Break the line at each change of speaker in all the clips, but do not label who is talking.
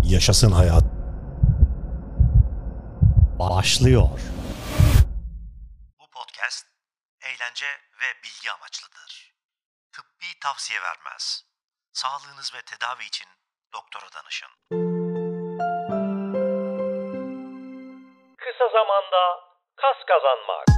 Yaşasın hayat. Başlıyor.
Bu podcast eğlence ve bilgi amaçlıdır. Tıbbi tavsiye vermez. Sağlığınız ve tedavi için doktora danışın. Kısa zamanda kas kazanmak.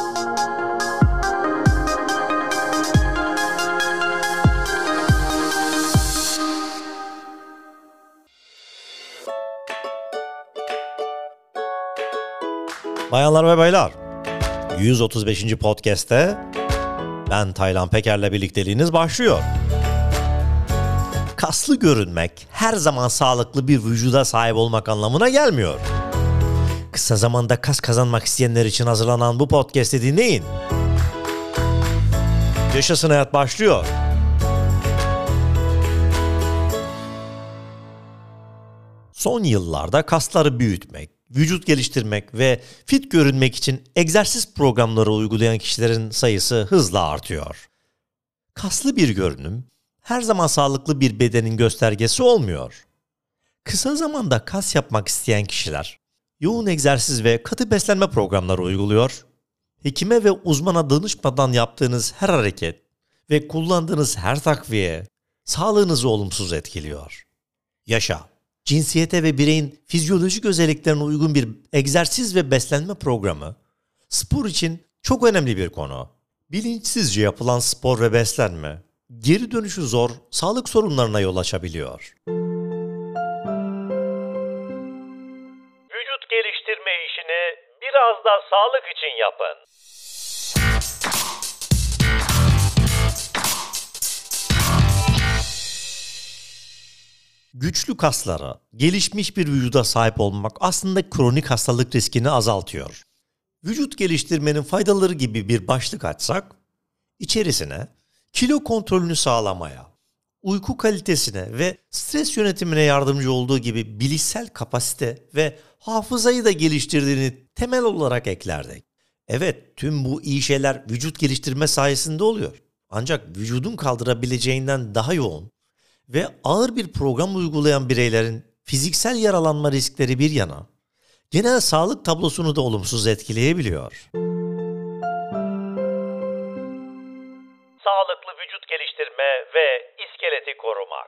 Bayanlar ve baylar, 135. podcast'te ben Taylan Peker'le birlikteliğiniz başlıyor. Kaslı görünmek her zaman sağlıklı bir vücuda sahip olmak anlamına gelmiyor. Kısa zamanda kas kazanmak isteyenler için hazırlanan bu podcast'i dinleyin. Yaşasın hayat başlıyor. Son yıllarda kasları büyütmek, vücut geliştirmek ve fit görünmek için egzersiz programları uygulayan kişilerin sayısı hızla artıyor. Kaslı bir görünüm her zaman sağlıklı bir bedenin göstergesi olmuyor. Kısa zamanda kas yapmak isteyen kişiler yoğun egzersiz ve katı beslenme programları uyguluyor. Hekime ve uzmana danışmadan yaptığınız her hareket ve kullandığınız her takviye sağlığınızı olumsuz etkiliyor. Yaşa, cinsiyete ve bireyin fizyolojik özelliklerine uygun bir egzersiz ve beslenme programı spor için çok önemli bir konu. Bilinçsizce yapılan spor ve beslenme geri dönüşü zor sağlık sorunlarına yol açabiliyor.
Vücut geliştirme işini biraz da sağlık için yapın.
Güçlü kaslara, gelişmiş bir vücuda sahip olmak aslında kronik hastalık riskini azaltıyor. Vücut geliştirmenin faydaları gibi bir başlık açsak, içerisine kilo kontrolünü sağlamaya, uyku kalitesine ve stres yönetimine yardımcı olduğu gibi bilişsel kapasite ve hafızayı da geliştirdiğini temel olarak eklerdik. Evet, tüm bu iyi şeyler vücut geliştirme sayesinde oluyor. Ancak vücudun kaldırabileceğinden daha yoğun ve ağır bir program uygulayan bireylerin fiziksel yaralanma riskleri bir yana, genel sağlık tablosunu da olumsuz etkileyebiliyor.
Sağlıklı vücut geliştirme ve iskeleti korumak.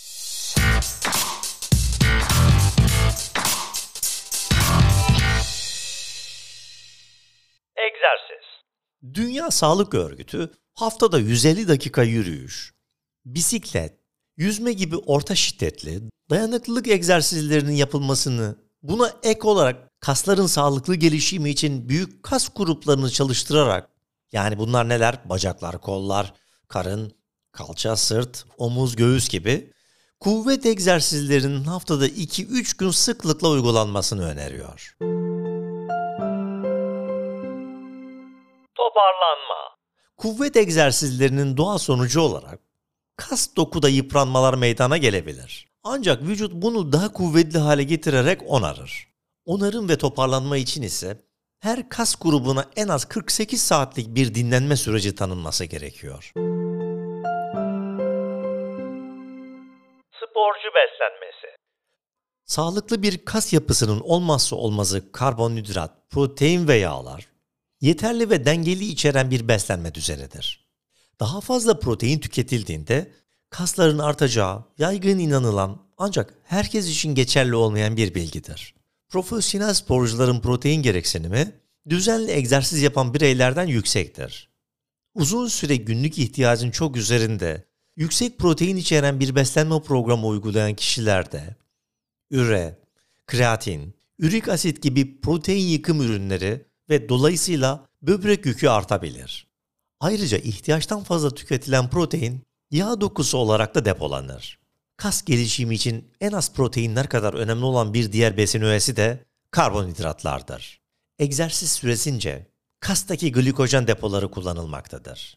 Egzersiz.
Dünya Sağlık Örgütü haftada 150 dakika yürüyüş, bisiklet, yüzme gibi orta şiddetli dayanıklılık egzersizlerinin yapılmasını, buna ek olarak kasların sağlıklı gelişimi için büyük kas gruplarını çalıştırarak, yani bunlar neler? Bacaklar, kollar, karın, kalça, sırt, omuz, göğüs gibi kuvvet egzersizlerinin haftada 2-3 gün sıklıkla uygulanmasını öneriyor.
Toparlanma.
Kuvvet egzersizlerinin doğal sonucu olarak kas dokuda yıpranmalar meydana gelebilir. Ancak vücut bunu daha kuvvetli hale getirerek onarır. Onarım ve toparlanma için ise her kas grubuna en az 48 saatlik bir dinlenme süreci tanınması gerekiyor.
Sporcu beslenmesi.
Sağlıklı bir kas yapısının olmazsa olmazı karbonhidrat, protein ve yağlar, yeterli ve dengeli içeren bir beslenme düzenidir. Daha fazla protein tüketildiğinde kasların artacağı yaygın inanılan ancak herkes için geçerli olmayan bir bilgidir. Profesyonel sporcuların protein gereksinimi düzenli egzersiz yapan bireylerden yüksektir. Uzun süre günlük ihtiyacın çok üzerinde yüksek protein içeren bir beslenme programı uygulayan kişilerde üre, kreatin, ürik asit gibi protein yıkım ürünleri ve dolayısıyla böbrek yükü artabilir. Ayrıca ihtiyaçtan fazla tüketilen protein yağ dokusu olarak da depolanır. Kas gelişimi için en az proteinler kadar önemli olan bir diğer besin öğesi de karbonhidratlardır. Egzersiz süresince kastaki glikojen depoları kullanılmaktadır.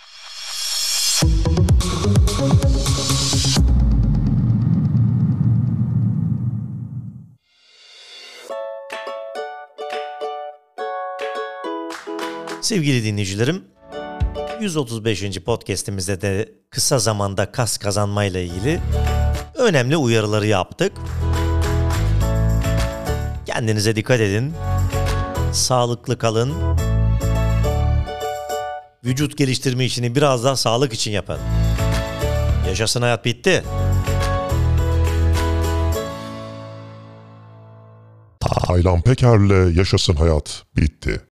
Sevgili dinleyicilerim, 135. podcast'imizde de kısa zamanda kas kazanmayla ilgili önemli uyarıları yaptık. Kendinize dikkat edin. Sağlıklı kalın. Vücut geliştirme işini biraz daha sağlık için yapın. Yaşasın hayat bitti.
Taylan Peker'le Yaşasın Hayat bitti.